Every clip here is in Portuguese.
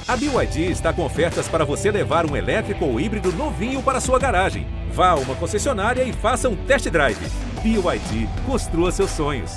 A BYD está com ofertas para você levar um elétrico ou híbrido novinho para sua garagem. Vá a uma concessionária e faça um test drive. BYD, construa seus sonhos.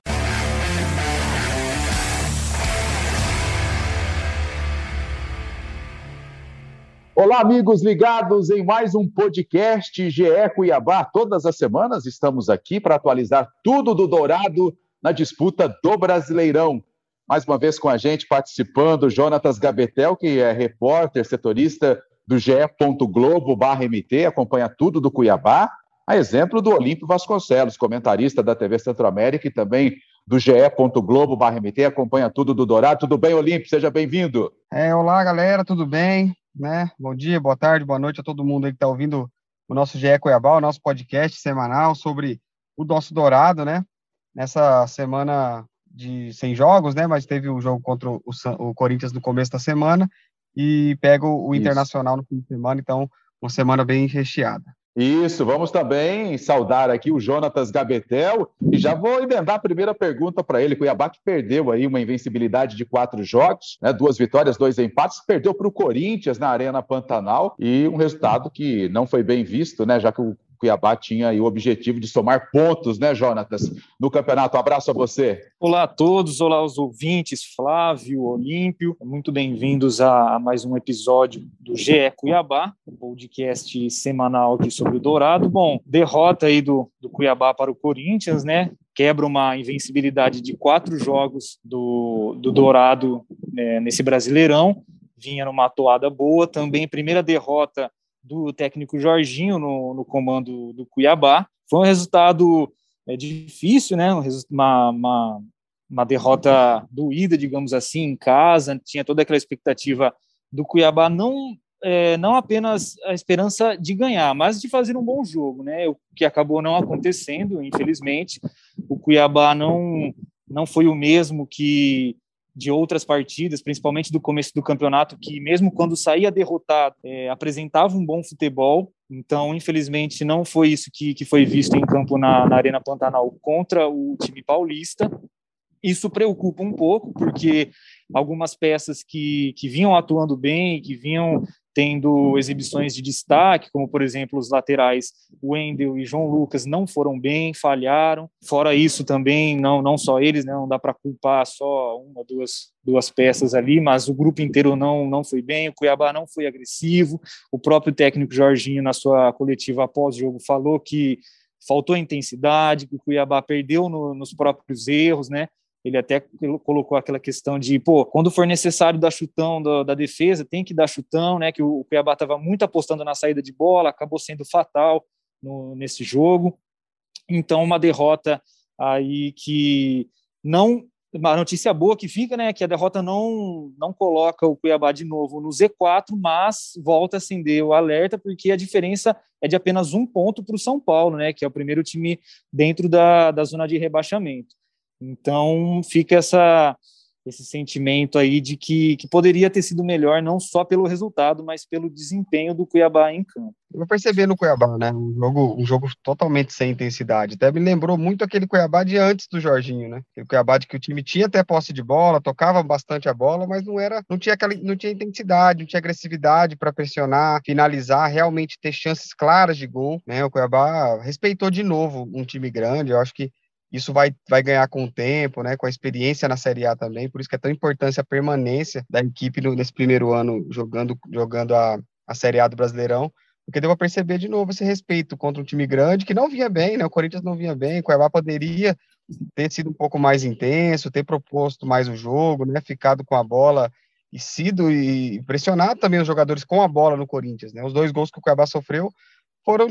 Olá, amigos ligados em mais um podcast GE Cuiabá. Todas as semanas estamos aqui para atualizar tudo do Dourado na disputa do Brasileirão. Mais uma vez com a gente participando, Jonatas Gabetel, que é repórter, setorista do ge.globo.mt, acompanha tudo do Cuiabá, a exemplo do Olímpio Vasconcelos, comentarista da TV Centro-América e também do ge.globo.mt, acompanha tudo do Dourado. Tudo bem, Olímpio? Seja bem-vindo. Olá, galera, tudo bem? Bom dia, boa tarde, boa noite a todo mundo aí que está ouvindo o nosso GE Cuiabá, o nosso podcast semanal sobre o nosso Dourado, né? Nessa semana sem jogos, né? Mas teve o jogo contra o Corinthians no começo da semana e pega o Internacional no fim de semana, então uma semana bem recheada. Isso, vamos também saudar aqui o Jonatas Gabetel e já vou emendar a primeira pergunta para ele. Cuiabá que perdeu aí uma invencibilidade de 4 jogos, né, 2 vitórias, 2 empates, perdeu para o Corinthians na Arena Pantanal e um resultado que não foi bem visto, né, já que o Cuiabá tinha aí o objetivo de somar pontos, né, Jonatas, no campeonato. Um abraço a você. Olá a todos, olá aos ouvintes, Flávio, Olímpio, muito bem-vindos a mais um episódio do GE Cuiabá, podcast semanal aqui sobre o Dourado. Bom, derrota aí do Cuiabá para o Corinthians, né, quebra uma invencibilidade de 4 jogos do Dourado nesse Brasileirão, vinha numa toada boa, também primeira derrota do técnico Jorginho no comando do Cuiabá. Foi um resultado difícil, né? Uma derrota doída, digamos assim, em casa. Tinha toda aquela expectativa do Cuiabá, não apenas a esperança de ganhar, mas de fazer um bom jogo, né? O que acabou não acontecendo, infelizmente. O Cuiabá não foi o mesmo que de outras partidas, principalmente do começo do campeonato, que mesmo quando saía derrotado, apresentava um bom futebol. Então, infelizmente, não foi isso que foi visto em campo na Arena Pantanal contra o time paulista. Isso preocupa um pouco, porque algumas peças que vinham atuando bem, que vinham tendo exibições de destaque, como, por exemplo, os laterais Wendel e João Lucas, não foram bem, falharam. Fora isso também, não só eles, né, não dá para culpar só uma, duas peças ali, mas o grupo inteiro não foi bem, o Cuiabá não foi agressivo. O próprio técnico Jorginho, na sua coletiva após-jogo, falou que faltou intensidade, que o Cuiabá perdeu nos próprios erros, né? Ele até colocou aquela questão de, quando for necessário dar chutão da defesa, tem que dar chutão, né? Que o Cuiabá estava muito apostando na saída de bola, acabou sendo fatal nesse jogo. Então, uma derrota aí que não... Uma notícia boa que fica, né? Que a derrota não coloca o Cuiabá de novo no Z4, mas volta a acender o alerta, porque a diferença é de apenas 1 ponto para o São Paulo, né? Que é o primeiro time dentro da zona de rebaixamento. Então fica esse sentimento aí de que poderia ter sido melhor, não só pelo resultado, mas pelo desempenho do Cuiabá em campo. Eu percebi no Cuiabá, né, um jogo totalmente sem intensidade, até me lembrou muito aquele Cuiabá de antes do Jorginho, né, aquele Cuiabá de que o time tinha até posse de bola, tocava bastante a bola, mas não tinha intensidade, não tinha agressividade para pressionar, finalizar, realmente ter chances claras de gol, né, o Cuiabá respeitou de novo um time grande. Eu acho que isso vai ganhar com o tempo, né, com a experiência na Série A também, por isso que é tão importante a permanência da equipe nesse primeiro ano jogando a Série A do Brasileirão, porque deu para perceber de novo esse respeito contra um time grande que não vinha bem, né, o Corinthians não vinha bem, o Cuiabá poderia ter sido um pouco mais intenso, ter proposto mais o jogo, né, ficado com a bola e pressionado também os jogadores com a bola no Corinthians, né, os 2 gols que o Cuiabá sofreu foram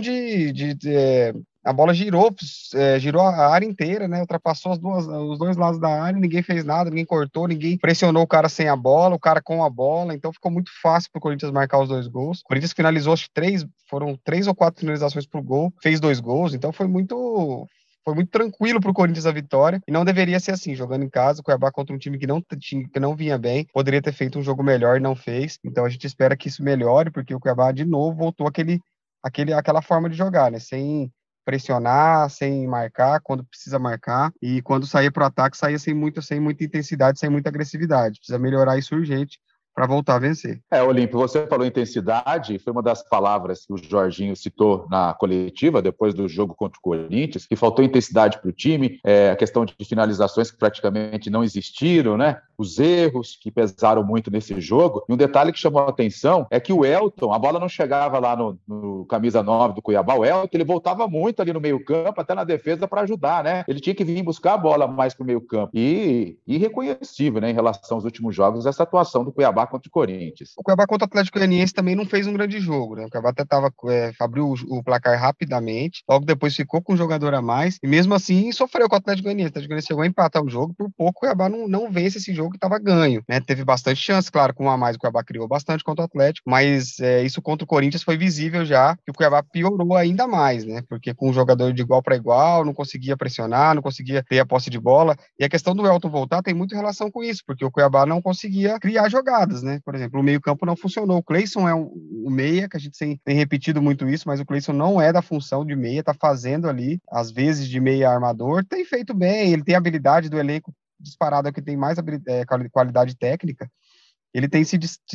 a bola girou a área inteira, né? Ultrapassou os 2 lados da área, ninguém fez nada, ninguém cortou, ninguém pressionou o cara sem a bola, o cara com a bola, então ficou muito fácil para o Corinthians marcar os 2 gols. O Corinthians finalizou, acho que foram 3 ou 4 finalizações pro gol, fez 2 gols, então foi muito tranquilo para o Corinthians a vitória, e não deveria ser assim, jogando em casa, o Cuiabá contra um time que não vinha bem, poderia ter feito um jogo melhor e não fez, então a gente espera que isso melhore, porque o Cuiabá de novo voltou aquela forma de jogar, né, sem pressionar, sem marcar, quando precisa marcar, e quando sair para o ataque, sair sem muita intensidade, sem muita agressividade. Precisa melhorar isso urgente, para voltar a vencer. Olímpio, você falou intensidade, foi uma das palavras que o Jorginho citou na coletiva depois do jogo contra o Corinthians, que faltou intensidade para o time, a questão de finalizações que praticamente não existiram, né? Os erros que pesaram muito nesse jogo. E um detalhe que chamou a atenção é que o Elton, a bola não chegava lá no camisa 9 do Cuiabá, o Elton, ele voltava muito ali no meio-campo, até na defesa para ajudar, né? Ele tinha que vir buscar a bola mais para o meio-campo. E irreconhecível, né, em relação aos últimos jogos, essa atuação do Cuiabá contra o Corinthians. O Cuiabá contra o Atlético Goianiense também não fez um grande jogo, né? O Cuiabá até abriu o placar rapidamente, logo depois ficou com um jogador a mais, e mesmo assim sofreu com o Atlético Goianiense. O Atlético Goianiense chegou a empatar o jogo, por pouco o Cuiabá não vence esse jogo que estava ganho, né? Teve bastante chance, claro, com um a mais o Cuiabá criou bastante contra o Atlético, mas isso contra o Corinthians foi visível já, que o Cuiabá piorou ainda mais, né? Porque com um jogador de igual para igual, não conseguia pressionar, não conseguia ter a posse de bola, e a questão do Elton voltar tem muito relação com isso, porque o Cuiabá não conseguia criar jogadas, né? Por exemplo, o meio-campo não funcionou. O Cleison é o meia, que a gente tem repetido muito isso, mas o Cleison não é da função de meia, tá fazendo ali, às vezes, de meia armador, tem feito bem, ele tem habilidade do elenco disparado, que tem mais qualidade técnica, ele tem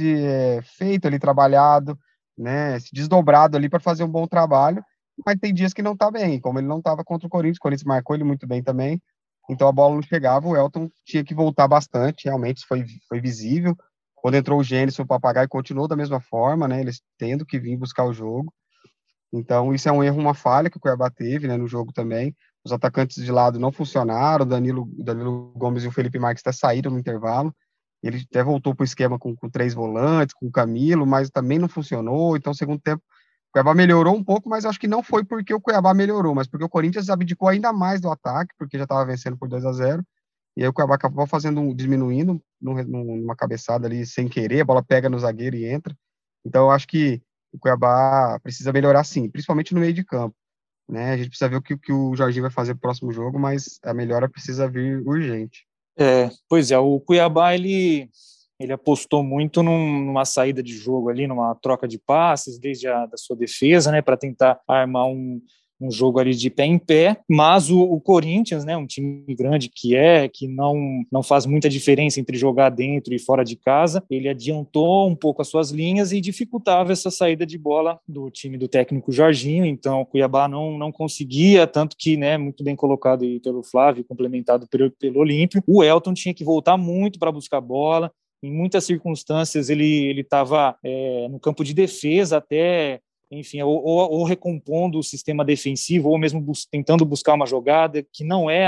feito ali, trabalhado, né, se desdobrado ali para fazer um bom trabalho, mas tem dias que não tá bem, como ele não estava contra o Corinthians marcou ele muito bem também, então a bola não chegava, o Elton tinha que voltar bastante, realmente isso foi visível. Quando entrou o Gênison, o Papagaio continuou da mesma forma, né, eles tendo que vir buscar o jogo. Então isso é um erro, uma falha que o Cuiabá teve, né, no jogo também. Os atacantes de lado não funcionaram, o Danilo Gomes e o Felipe Marques até saíram no intervalo. Ele até voltou para o esquema com 3 volantes, com o Camilo, mas também não funcionou. Então, segundo tempo, o Cuiabá melhorou um pouco, mas acho que não foi porque o Cuiabá melhorou, mas porque o Corinthians abdicou ainda mais do ataque, porque já estava vencendo por 2-0. E aí o Cuiabá acabou diminuindo numa cabeçada ali sem querer, a bola pega no zagueiro e entra. Então eu acho que o Cuiabá precisa melhorar sim, principalmente no meio de campo, né? A gente precisa ver o que o Jorginho vai fazer pro próximo jogo, mas a melhora precisa vir urgente. Pois é, o Cuiabá ele apostou muito numa saída de jogo ali, numa troca de passes desde da sua defesa, né, para tentar armar um jogo ali de pé em pé, mas o Corinthians, né, um time grande que não faz muita diferença entre jogar dentro e fora de casa, ele adiantou um pouco as suas linhas e dificultava essa saída de bola do time do técnico Jorginho. Então o Cuiabá não conseguia, tanto que, né, muito bem colocado aí pelo Flávio, complementado pelo Olímpio, o Elton tinha que voltar muito para buscar bola. Em muitas circunstâncias ele estava no campo de defesa até, enfim, ou recompondo o sistema defensivo, ou mesmo tentando buscar uma jogada que não é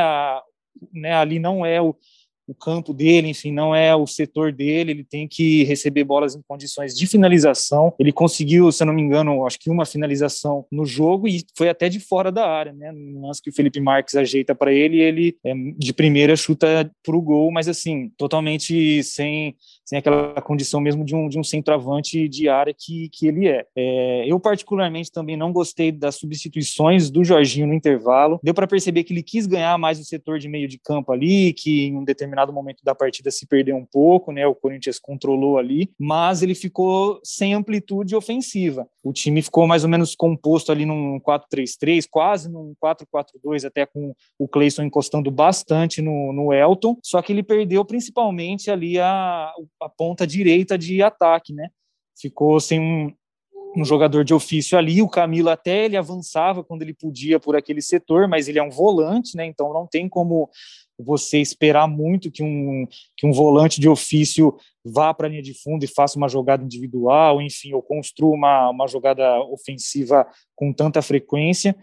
ali não é o campo dele, enfim, não é o setor dele, ele tem que receber bolas em condições de finalização. Ele conseguiu, se eu não me engano, acho que uma finalização no jogo e foi até de fora da área, né? No lance que o Felipe Marques ajeita para ele, ele de primeira chuta pro gol, mas assim, totalmente sem aquela condição mesmo de um centroavante de área que ele é. Eu particularmente também não gostei das substituições do Jorginho no intervalo. Deu para perceber que ele quis ganhar mais o setor de meio de campo ali, que em um determinado momento da partida se perdeu um pouco, né? O Corinthians controlou ali, mas ele ficou sem amplitude ofensiva. O time ficou mais ou menos composto ali num 4-3-3, quase num 4-4-2, até com o Cleison encostando bastante no Elton, só que ele perdeu principalmente ali a ponta direita de ataque, né? Ficou sem um jogador de ofício ali, o Camilo até ele avançava quando ele podia por aquele setor, mas ele é um volante, né? Então não tem como você esperar muito que um volante de ofício vá para a linha de fundo e faça uma jogada individual, enfim, ou construa uma jogada ofensiva com tanta frequência.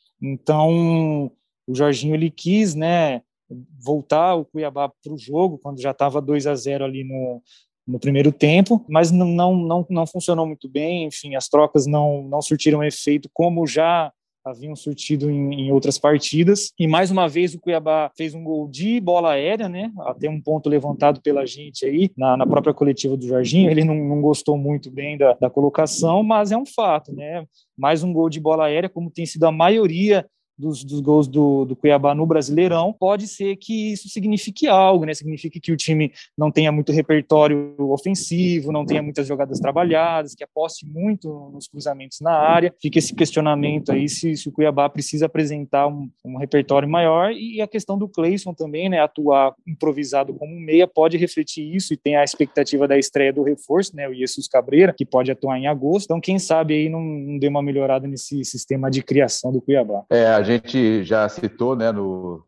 Então o Jorginho ele quis, né, voltar o Cuiabá para o jogo quando já estava 2-0 ali no primeiro tempo, mas não funcionou muito bem. Enfim, as trocas não surtiram efeito como já haviam surtido em outras partidas, e mais uma vez o Cuiabá fez um gol de bola aérea, né, até um ponto levantado pela gente aí, na própria coletiva do Jorginho, ele não gostou muito bem da colocação, mas é um fato, né, mais um gol de bola aérea, como tem sido a maioria dos gols do Cuiabá no Brasileirão, pode ser que isso signifique algo, né? Signifique que o time não tenha muito repertório ofensivo, não tenha muitas jogadas trabalhadas, que aposte muito nos cruzamentos na área. Fica esse questionamento aí se o Cuiabá precisa apresentar um repertório maior, e a questão do Cleison também, né? Atuar improvisado como meia pode refletir isso, e tem a expectativa da estreia do reforço, né? O Jesus Cabreira, que pode atuar em agosto. Então, quem sabe aí não dê uma melhorada nesse sistema de criação do Cuiabá. A gente já citou, né, no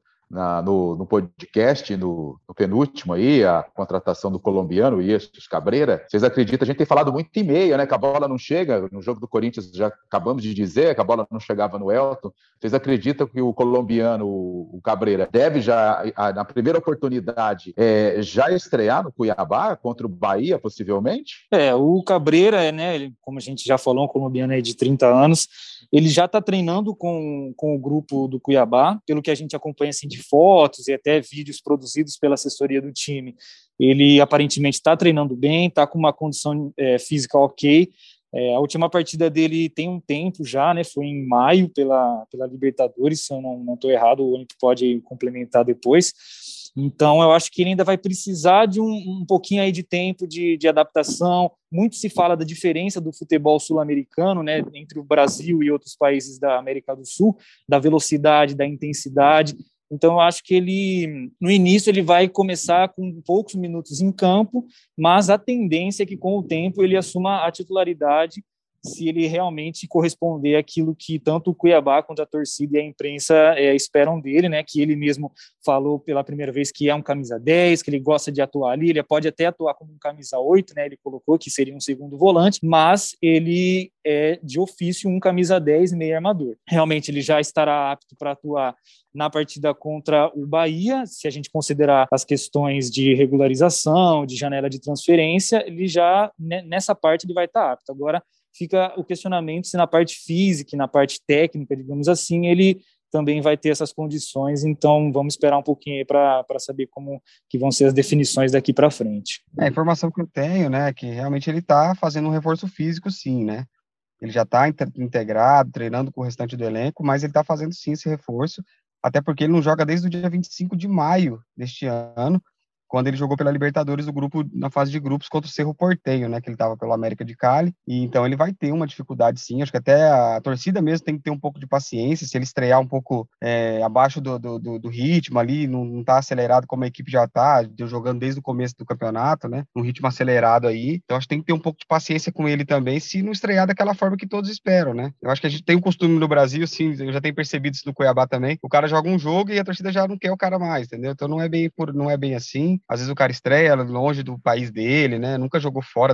podcast, no penúltimo aí, a contratação do colombiano, Jesus Cabreira. Vocês acreditam? A gente tem falado muito em meia, né? Que a bola não chega. No jogo do Corinthians já acabamos de dizer que a bola não chegava no Elton. Vocês acreditam que o colombiano, o Cabreira, deve já, na primeira oportunidade, já estrear no Cuiabá contra o Bahia, possivelmente? O Cabreira, né? Ele, como a gente já falou, um colombiano aí de 30 anos. Ele já está treinando com o grupo do Cuiabá, pelo que a gente acompanha assim, de fotos e até vídeos produzidos pela assessoria do time. Ele aparentemente está treinando bem, está com uma condição física ok. A última partida dele tem um tempo já, né? Foi em maio pela Libertadores, se eu não estou errado, o Olímpio pode complementar depois. Então, eu acho que ele ainda vai precisar de um pouquinho aí de tempo de adaptação. Muito se fala da diferença do futebol sul-americano, né, entre o Brasil e outros países da América do Sul, da velocidade, da intensidade. Então, eu acho que ele, no início, ele vai começar com poucos minutos em campo, mas a tendência é que, com o tempo, ele assuma a titularidade, se ele realmente corresponder àquilo que tanto o Cuiabá quanto a torcida e a imprensa esperam dele, né? Que ele mesmo falou pela primeira vez que é um camisa 10, que ele gosta de atuar ali, ele pode até atuar como um camisa 8, né? Ele colocou que seria um segundo volante, mas ele é de ofício um camisa 10 meio armador. Realmente ele já estará apto para atuar na partida contra o Bahia, se a gente considerar as questões de regularização, de janela de transferência, ele já, nessa parte, ele vai estar apto. Agora, fica o questionamento se na parte física, na parte técnica, digamos assim, ele também vai ter essas condições. Então, vamos esperar um pouquinho aí para saber como que vão ser as definições daqui para frente. A informação que eu tenho, né, é que realmente ele está fazendo um reforço físico, sim, né? Ele já está integrado, treinando com o restante do elenco, mas ele está fazendo, sim, esse reforço, até porque ele não joga desde o dia 25 de maio deste ano, quando ele jogou pela Libertadores, o grupo na fase de grupos contra o Cerro Porteño, né, que ele estava pelo América de Cali, e então ele vai ter uma dificuldade sim, acho que até a torcida mesmo tem que ter um pouco de paciência, se ele estrear um pouco abaixo do ritmo ali, não tá acelerado como a equipe já tá, jogando desde o começo do campeonato, né, um ritmo acelerado aí, então acho que tem que ter um pouco de paciência com ele também, se não estrear daquela forma que todos esperam, né, eu acho que a gente tem um costume no Brasil, sim, eu já tenho percebido isso no Cuiabá também, o cara joga um jogo e a torcida já não quer o cara mais, entendeu, então não é bem assim. Às vezes o cara estreia longe do país dele, né? Nunca jogou fora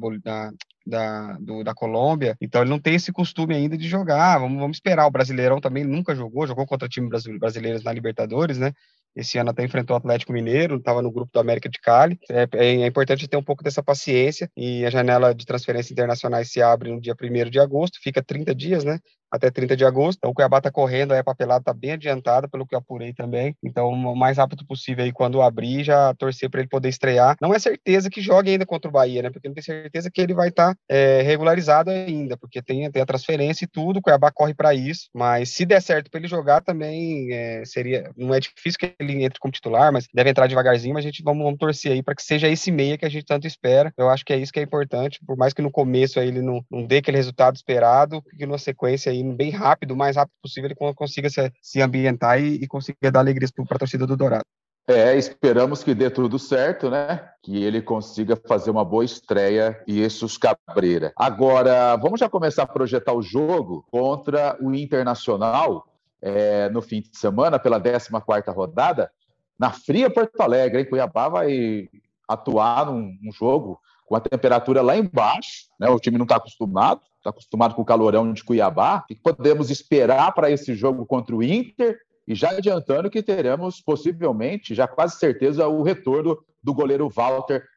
da Colômbia, então ele não tem esse costume ainda de jogar. Vamos esperar. O Brasileirão também nunca jogou contra times brasileiros na Libertadores, né? Esse ano até enfrentou o Atlético Mineiro, estava no grupo do América de Cali. É importante ter um pouco dessa paciência, e a janela de transferências internacionais se abre no dia 1º de agosto, fica 30 dias, né? Até 30 de agosto. Então o Cuiabá está correndo, a papelada está bem adiantada, pelo que eu apurei também. Então, o mais rápido possível aí, quando abrir, já torcer para ele poder estrear. Não é certeza que jogue ainda contra o Bahia, né? Porque não tem certeza que ele vai estar regularizado ainda, porque tem a transferência e tudo, o Cuiabá corre para isso. Mas se der certo para ele jogar também, não é difícil que ele entre como titular, mas deve entrar devagarzinho, mas a gente vamos torcer aí para que seja esse meia que a gente tanto espera. Eu acho que é isso que é importante, por mais que no começo aí ele não dê aquele resultado esperado, que na sequência aí, bem rápido, o mais rápido possível, ele consiga se ambientar e consiga dar alegria para a torcida do Dourado. Esperamos que dê tudo certo, né? Que ele consiga fazer uma boa estreia, Jesus Cabreira. Agora, vamos já começar a projetar o jogo contra o Internacional no fim de semana, pela 14ª rodada, na fria Porto Alegre, hein? Cuiabá vai atuar num jogo com a temperatura lá embaixo, né? O time não está acostumado com o calorão de Cuiabá. O que podemos esperar para esse jogo contra o Inter? E já adiantando que teremos, possivelmente, já quase certeza, o retorno do goleiro Walter,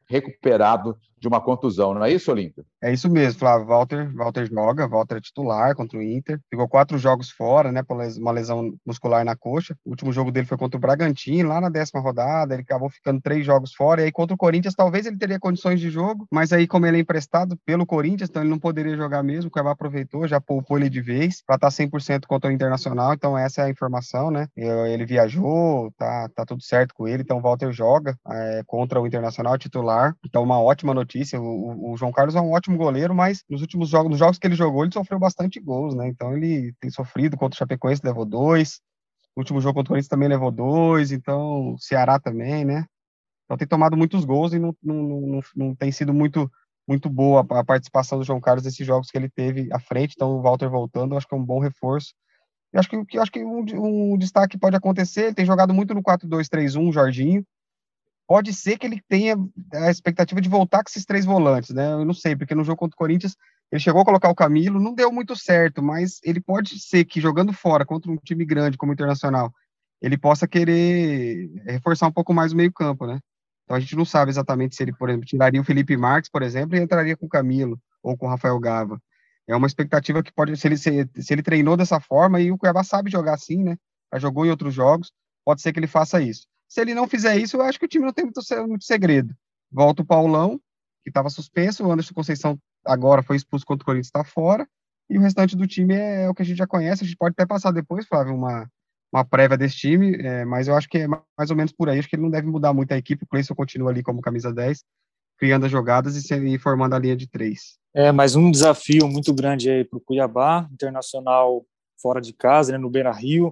recuperado de uma contusão, não é isso, Olímpio? É isso mesmo, Flávio. Walter joga, Walter é titular contra o Inter. Ficou 4 jogos fora, né, por uma lesão muscular na coxa. O último jogo dele foi contra o Bragantino, lá na 10ª rodada. Ele acabou ficando 3 jogos fora. E aí, contra o Corinthians, talvez ele teria condições de jogo, mas aí, como ele é emprestado pelo Corinthians, então ele não poderia jogar mesmo. O Cuiabá aproveitou, já poupou ele de vez para estar 100% contra o Internacional. Então, essa é a informação, né? Ele viajou, tá tudo certo com ele. Então, o Walter joga contra o Internacional titular. Então, uma ótima notícia. O João Carlos é um ótimo goleiro, mas nos últimos jogos, nos jogos que ele jogou, ele sofreu bastante gols, né? Então ele tem sofrido contra o Chapecoense, levou 2. No último jogo contra o Corinthians também levou 2. Então, o Ceará também, né? Então tem tomado muitos gols e não tem sido muito boa a participação do João Carlos nesses jogos que ele teve à frente. Então, o Walter voltando, eu acho que é um bom reforço. Eu acho que um destaque pode acontecer. Ele tem jogado muito no 4-2-3-1, Jorginho. Pode ser que ele tenha a expectativa de voltar com esses 3 volantes, né? Eu não sei, porque no jogo contra o Corinthians ele chegou a colocar o Camilo, não deu muito certo, mas ele pode ser que jogando fora contra um time grande como o Internacional, ele possa querer reforçar um pouco mais o meio-campo, né? Então a gente não sabe exatamente se ele, por exemplo, tiraria o Felipe Marques, por exemplo, e entraria com o Camilo ou com o Rafael Gava. É uma expectativa que pode, se ele treinou dessa forma, e o Cuiabá sabe jogar assim, né? Já jogou em outros jogos, pode ser que ele faça isso. Se ele não fizer isso, eu acho que o time não tem muito segredo. Volta o Paulão, que estava suspenso, o Anderson Conceição agora foi expulso contra o Corinthians, está fora, e o restante do time é o que a gente já conhece. A gente pode até passar depois, Flávio, uma prévia desse time, mas eu acho que é mais ou menos por aí. Acho que ele não deve mudar muito a equipe. O Cleison continua ali como camisa 10, criando as jogadas e formando a linha de 3. Mais um desafio muito grande aí para o Cuiabá, Internacional fora de casa, né, no Beira-Rio,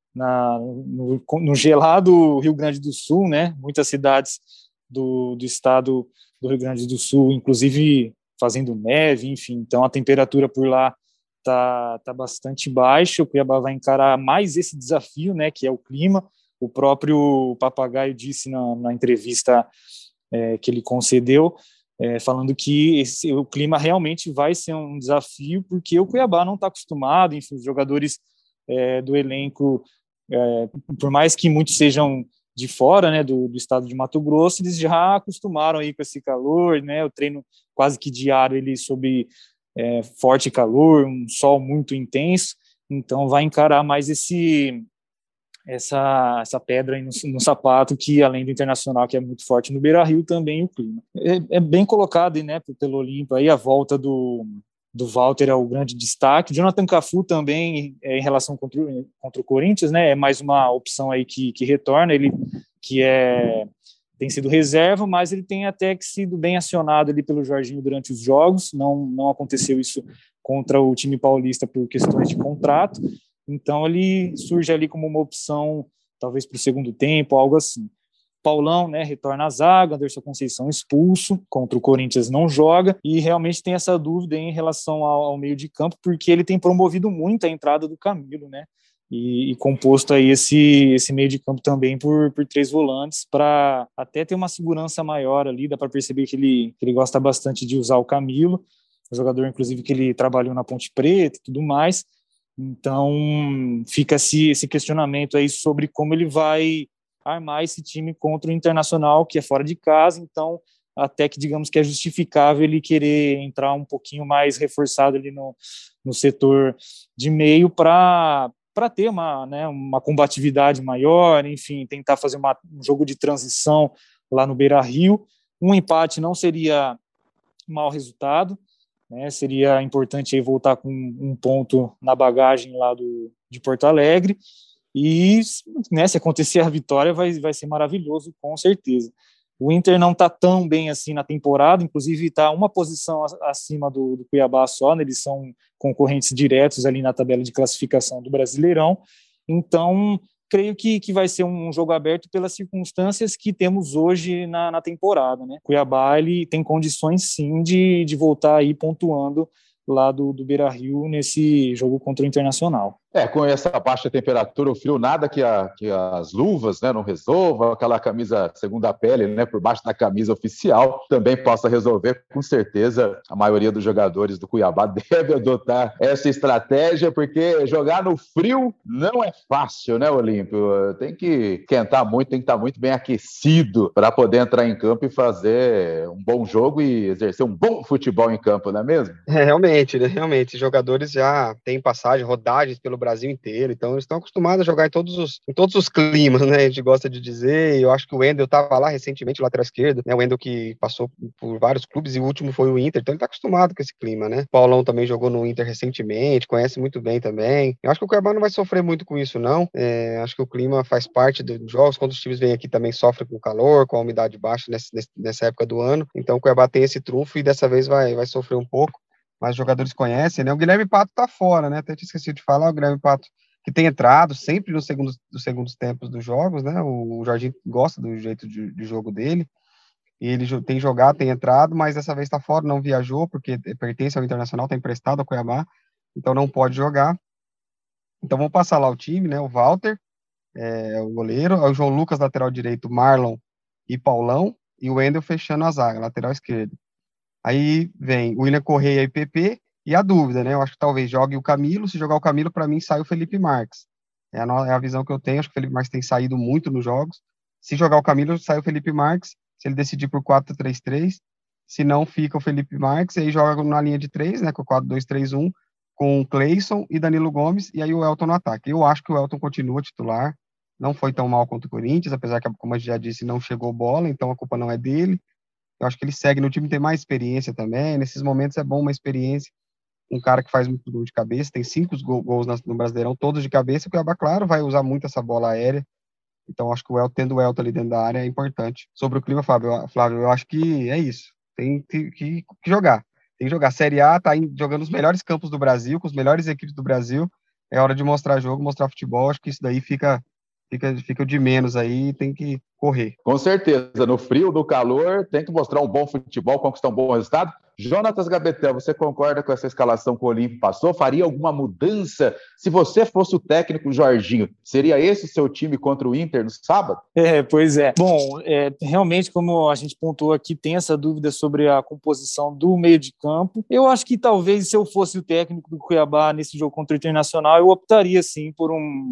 no gelado Rio Grande do Sul, né? Muitas cidades do estado do Rio Grande do Sul, inclusive fazendo neve, enfim. Então a temperatura por lá tá bastante baixa. O Cuiabá vai encarar mais esse desafio, né? Que é o clima. O próprio Papagaio disse na entrevista que ele concedeu, falando que o clima realmente vai ser um desafio, porque o Cuiabá não está acostumado, enfim, os jogadores do elenco, por mais que muitos sejam de fora, né, do estado de Mato Grosso, eles já acostumaram aí com esse calor, né, o treino quase que diário ele sob forte calor, um sol muito intenso, então vai encarar mais essa pedra aí no sapato, que além do Internacional, que é muito forte no Beira-Rio, também o clima. É bem colocado, né, pelo Olímpio, aí a volta do Walter é o grande destaque. Jonathan Cafu também, em relação contra o Corinthians, né, é mais uma opção aí que retorna, ele que tem sido reserva, mas ele tem até que sido bem acionado ali pelo Jorginho durante os jogos. Não aconteceu isso contra o time paulista por questões de contrato, então ele surge ali como uma opção, talvez para o segundo tempo, algo assim. Paulão, né, retorna à zaga, Anderson Conceição expulso, contra o Corinthians não joga, e realmente tem essa dúvida em relação ao meio de campo, porque ele tem promovido muito a entrada do Camilo, né, e composto aí esse meio de campo também por 3 volantes, para até ter uma segurança maior ali. Dá para perceber que ele gosta bastante de usar o Camilo, o jogador, inclusive, que ele trabalhou na Ponte Preta e tudo mais. Então fica esse questionamento aí sobre como ele vai armar esse time contra o Internacional, que é fora de casa. Então até que digamos que é justificável ele querer entrar um pouquinho mais reforçado ali no setor de meio para ter uma combatividade maior, enfim, tentar fazer um jogo de transição lá no Beira-Rio. Um empate não seria mau resultado, né? Seria importante aí voltar com um ponto na bagagem lá de Porto Alegre, e, né, se acontecer a vitória vai ser maravilhoso, com certeza. O Inter não está tão bem assim na temporada, inclusive está uma posição acima do Cuiabá só, né? Eles são concorrentes diretos ali na tabela de classificação do Brasileirão. Então creio que vai ser um jogo aberto pelas circunstâncias que temos hoje na temporada, né? Cuiabá ele tem condições sim de voltar aí pontuando lá do Beira-Rio nesse jogo contra o Internacional. Com essa baixa temperatura, o frio, nada que as luvas, né, não resolvam, aquela camisa segunda pele, né, por baixo da camisa oficial, também possa resolver. Com certeza, a maioria dos jogadores do Cuiabá deve adotar essa estratégia, porque jogar no frio não é fácil, né, Olímpio? Tem que esquentar muito, tem que estar muito bem aquecido para poder entrar em campo e fazer um bom jogo e exercer um bom futebol em campo, não é mesmo? Realmente, né? Realmente, os jogadores já têm passagem, rodagens pelo Brasil inteiro, então eles estão acostumados a jogar em todos os climas, né? A gente gosta de dizer, e eu acho que o Wendel estava lá recentemente, lateral esquerdo, né? O Wendel que passou por vários clubes e o último foi o Inter, então ele está acostumado com esse clima, né? O Paulão também jogou no Inter recentemente, conhece muito bem também. Eu acho que o Cuiabá não vai sofrer muito com isso, não. Acho que o clima faz parte dos jogos, quando os times vêm aqui também sofrem com o calor, com a umidade baixa nessa época do ano, então o Cuiabá tem esse trunfo e dessa vez vai sofrer um pouco. Mas os jogadores conhecem, né? O Guilherme Pato tá fora, né? Até tinha esquecido de falar, o Guilherme Pato, que tem entrado sempre nos segundos tempos dos jogos, né? O Jorginho gosta do jeito de jogo dele, e ele tem jogado, tem entrado, mas dessa vez tá fora, não viajou, porque pertence ao Internacional, tá emprestado ao Cuiabá, então não pode jogar. Então vamos passar lá o time, né? O Walter, o goleiro, o João Lucas, lateral direito, Marlon e Paulão, e o Wendel fechando a zaga, lateral esquerdo. Aí vem o William Correia e PP, e a dúvida, né? Eu acho que talvez jogue o Camilo. Se jogar o Camilo, para mim, sai o Felipe Marques. É a visão que eu tenho. Acho que o Felipe Marques tem saído muito nos jogos. Se jogar o Camilo, sai o Felipe Marques. Se ele decidir por 4-3-3. Se não, fica o Felipe Marques. E aí joga na linha de 3, né? Com o 4-2-3-1, com o Cleison e Danilo Gomes. E aí o Elton no ataque. Eu acho que o Elton continua titular. Não foi tão mal contra o Corinthians, apesar que, como a gente já disse, não chegou bola. Então a culpa não é dele. Eu acho que ele segue no time, tem mais experiência também. Nesses momentos é bom uma experiência. Um cara que faz muito gol de cabeça, tem 5 gols no Brasileirão, todos de cabeça. O Cuiabá, claro, vai usar muito essa bola aérea. Então, acho que tendo o Elton ali dentro da área é importante. Sobre o clima, Flávio, eu acho que é isso. Tem que jogar. Tem que jogar. Série A tá jogando os melhores campos do Brasil, com as melhores equipes do Brasil. É hora de mostrar jogo, mostrar futebol. Acho que isso daí fica de menos aí, tem que correr. Com certeza, no frio, no calor, tem que mostrar um bom futebol, conquistar um bom resultado. Jonatas Gabetel, você concorda com essa escalação que o Olímpio passou? Faria alguma mudança? Se você fosse o técnico Jorginho, seria esse o seu time contra o Inter no sábado? Pois é. Bom, realmente, como a gente pontuou aqui, tem essa dúvida sobre a composição do meio de campo. Eu acho que talvez, se eu fosse o técnico do Cuiabá nesse jogo contra o Internacional, eu optaria, sim, por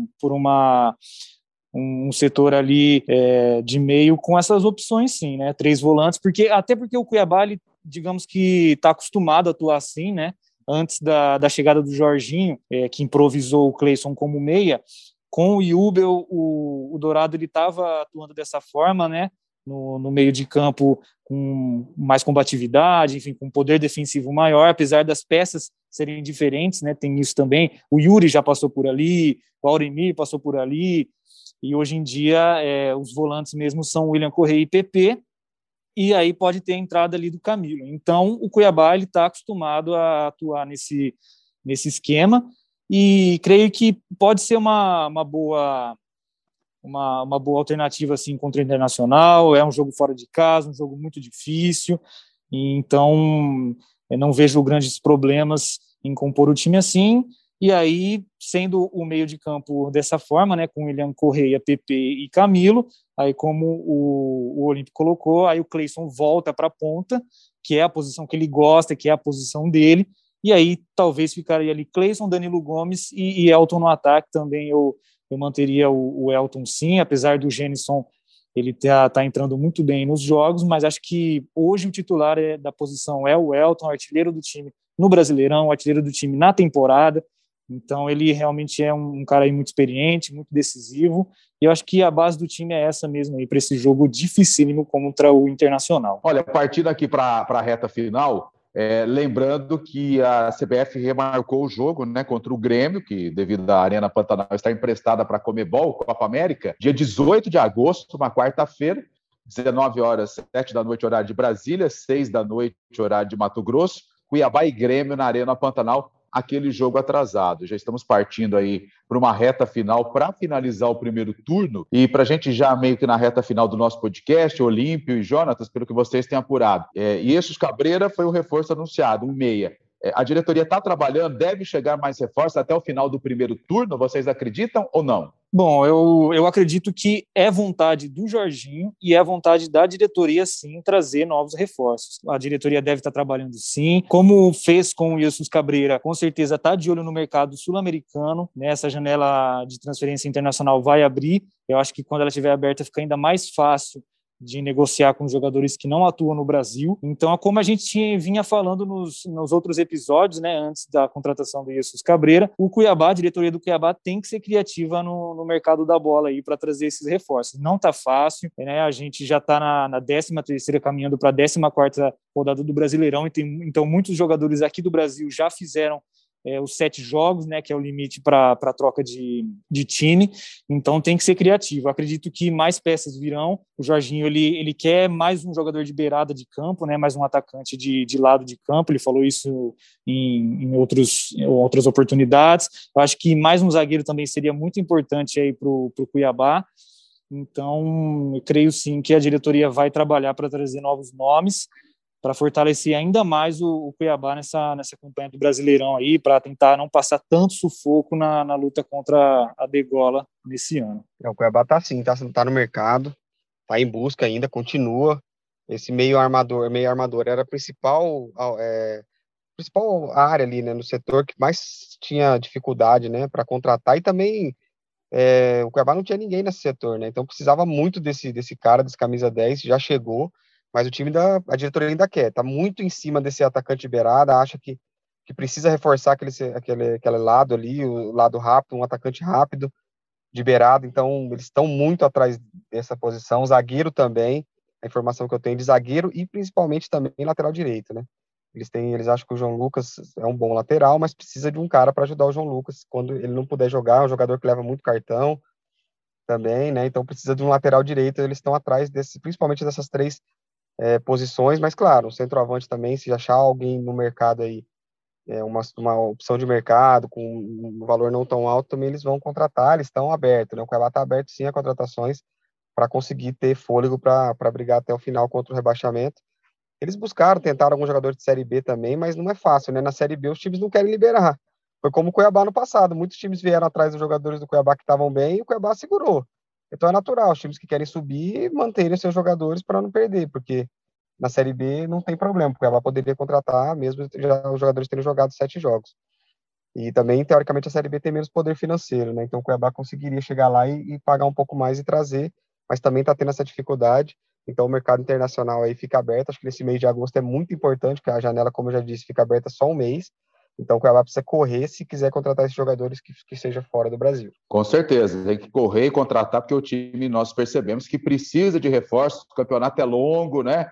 um setor ali de meio com essas opções, sim, né? 3 volantes, até porque o Cuiabá, ele, digamos que está acostumado a atuar assim, né? Antes da chegada do Jorginho, que improvisou o Cleison como meia, com o Iubel, o Dourado ele estava atuando dessa forma, né? No meio de campo, com mais combatividade, enfim, com poder defensivo maior, apesar das peças serem diferentes, né? Tem isso também. O Yuri já passou por ali, o Auremir passou por ali, e hoje em dia os volantes mesmo são William Correia e PP, e aí pode ter a entrada ali do Camilo. Então, o Cuiabá está acostumado a atuar nesse esquema, e creio que pode ser uma boa alternativa assim, contra o Internacional. É um jogo fora de casa, um jogo muito difícil, e então eu não vejo grandes problemas em compor o time assim. E aí, sendo o meio de campo dessa forma, né, com William Correia, PP e Camilo, aí como o Olímpio colocou, aí o Cleison volta para a ponta, que é a posição que ele gosta, que é a posição dele, e aí talvez ficaria ali Cleison, Danilo Gomes e Elton no ataque. Também eu manteria o Elton, sim, apesar do Gênison ele tá entrando muito bem nos jogos, mas acho que hoje o titular da posição é o Elton, artilheiro do time no Brasileirão, artilheiro do time na temporada. Então ele realmente é um cara aí muito experiente, muito decisivo, e eu acho que a base do time é essa mesmo aí, para esse jogo dificílimo contra o Internacional. Olha, partindo aqui para a reta final, lembrando que a CBF remarcou o jogo, né, contra o Grêmio, que devido à Arena Pantanal está emprestada para a Conmebol, Copa América, dia 18 de agosto, uma quarta-feira, 19 horas, 7 da noite, horário de Brasília, 6 da noite, horário de Mato Grosso, Cuiabá e Grêmio na Arena Pantanal, aquele jogo atrasado. Já estamos partindo aí para uma reta final para finalizar o primeiro turno, e para a gente já meio que na reta final do nosso podcast, Olímpio e Jonatas, pelo que vocês têm apurado. Iessos Cabreira foi o reforço anunciado, um meia. A diretoria está trabalhando, deve chegar mais reforços até o final do primeiro turno, vocês acreditam ou não? Bom, eu acredito que é vontade do Jorginho e é vontade da diretoria, sim, trazer novos reforços. A diretoria deve estar trabalhando, sim. Como fez com o Jesus Cabreira, com certeza está de olho no mercado sul-americano, né? Essa janela de transferência internacional vai abrir. Eu acho que quando ela estiver aberta fica ainda mais fácil de negociar com jogadores que não atuam no Brasil. Então, como a gente vinha falando nos outros episódios, né, antes da contratação do Jesus Cabreira, o Cuiabá, a diretoria do Cuiabá tem que ser criativa no mercado da bola aí para trazer esses reforços. Não está fácil, né? A gente já está na 13ª, caminhando para a 14ª rodada do Brasileirão, então muitos jogadores aqui do Brasil já fizeram os 7 jogos, né, que é o limite para troca de time, então tem que ser criativo. Eu acredito que mais peças virão. O Jorginho ele quer mais um jogador de beirada de campo, né, mais um atacante de lado de campo, ele falou isso em outras oportunidades. Eu acho que mais um zagueiro também seria muito importante aí para o Cuiabá. Então, eu creio sim que a diretoria vai trabalhar para trazer novos nomes, para fortalecer ainda mais o Cuiabá nessa campanha do Brasileirão aí, para tentar não passar tanto sufoco na luta contra a degola nesse ano. O Cuiabá está sim, tá no mercado, está em busca ainda, continua. Esse meio armador era a principal área ali, né, no setor que mais tinha dificuldade, né, para contratar, e também o Cuiabá não tinha ninguém nesse setor, né, então precisava muito desse cara, desse camisa 10, já chegou. Mas a diretoria ainda quer, está muito em cima desse atacante de beirada, acha que precisa reforçar aquele lado ali, o lado rápido, um atacante rápido de beirada, então eles estão muito atrás dessa posição. O zagueiro também, a informação que eu tenho de zagueiro e principalmente também lateral direito, né? Eles acham que o João Lucas é um bom lateral, mas precisa de um cara para ajudar o João Lucas quando ele não puder jogar, é um jogador que leva muito cartão também, né? Então precisa de um lateral direito, eles estão atrás principalmente dessas 3 posições, mas claro, o centroavante também, se achar alguém no mercado aí, uma opção de mercado com um valor não tão alto, também eles vão contratar, eles estão abertos, né? O Cuiabá está aberto sim a contratações para conseguir ter fôlego para brigar até o final contra o rebaixamento. Eles tentaram alguns jogadores de Série B também, mas não é fácil, né? Na Série B os times não querem liberar. Foi como o Cuiabá no passado, muitos times vieram atrás dos jogadores do Cuiabá que estavam bem e o Cuiabá segurou. Então é natural, os times que querem subir manterem seus jogadores para não perder, porque na Série B não tem problema, porque ela poderia contratar mesmo já os jogadores terem jogado 7 jogos. E também, teoricamente, a Série B tem menos poder financeiro, né? Então o Cuiabá conseguiria chegar lá e pagar um pouco mais e trazer, mas também está tendo essa dificuldade. Então o mercado internacional aí fica aberto, acho que nesse mês de agosto é muito importante, porque a janela, como eu já disse, fica aberta só um mês. Então o Cuiabá precisa correr se quiser contratar esses jogadores que seja fora do Brasil. Com certeza, tem que correr e contratar, porque o time, nós percebemos que precisa de reforços, o campeonato é longo, né?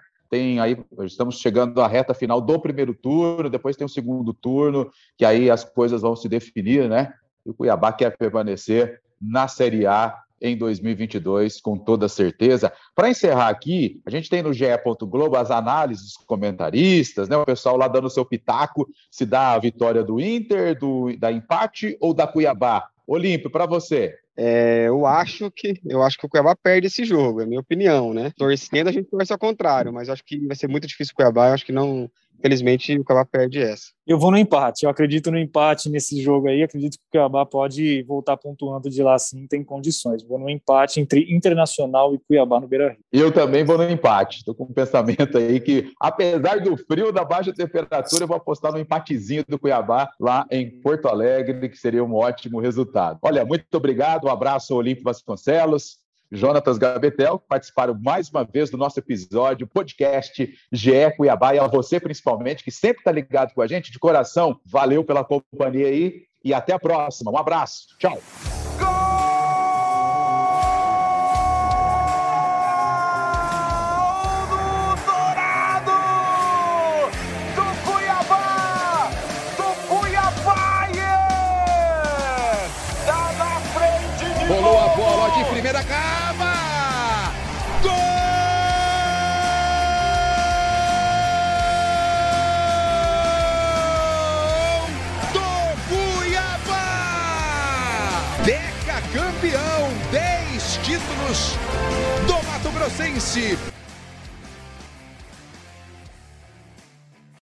Estamos chegando à reta final do primeiro turno, depois tem o segundo turno, que aí as coisas vão se definir, né? E o Cuiabá quer permanecer na Série A em 2022, com toda certeza. Para encerrar aqui, a gente tem no GE. Globo as análises dos comentaristas, né? O pessoal lá dando o seu pitaco, se dá a vitória do Inter, da empate ou da Cuiabá. Olímpio, para você. Eu acho que o Cuiabá perde esse jogo, é a minha opinião, né? Torcendo, a gente torce ao contrário, mas acho que vai ser muito difícil o Cuiabá, eu acho que não, infelizmente, o Cuiabá perde essa. Eu vou no empate, eu acredito no empate nesse jogo aí, acredito que o Cuiabá pode voltar pontuando de lá sim, tem condições. Vou no empate entre Internacional e Cuiabá no Beira-Rio. Eu também vou no empate, estou com um pensamento aí que, apesar do frio, da baixa temperatura, eu vou apostar no empatezinho do Cuiabá lá em Porto Alegre, que seria um ótimo resultado. Olha, muito obrigado, um abraço ao Olímpio Vasconcelos, Jonatas Gabetel, que participaram mais uma vez do nosso episódio, podcast GE Cuiabá, e a você principalmente, que sempre está ligado com a gente, de coração, valeu pela companhia aí e até a próxima. Um abraço, tchau. Rolou a bola de primeira cava! Gol do Cuiabá! Decacampeão, 10 títulos do Mato Grossense.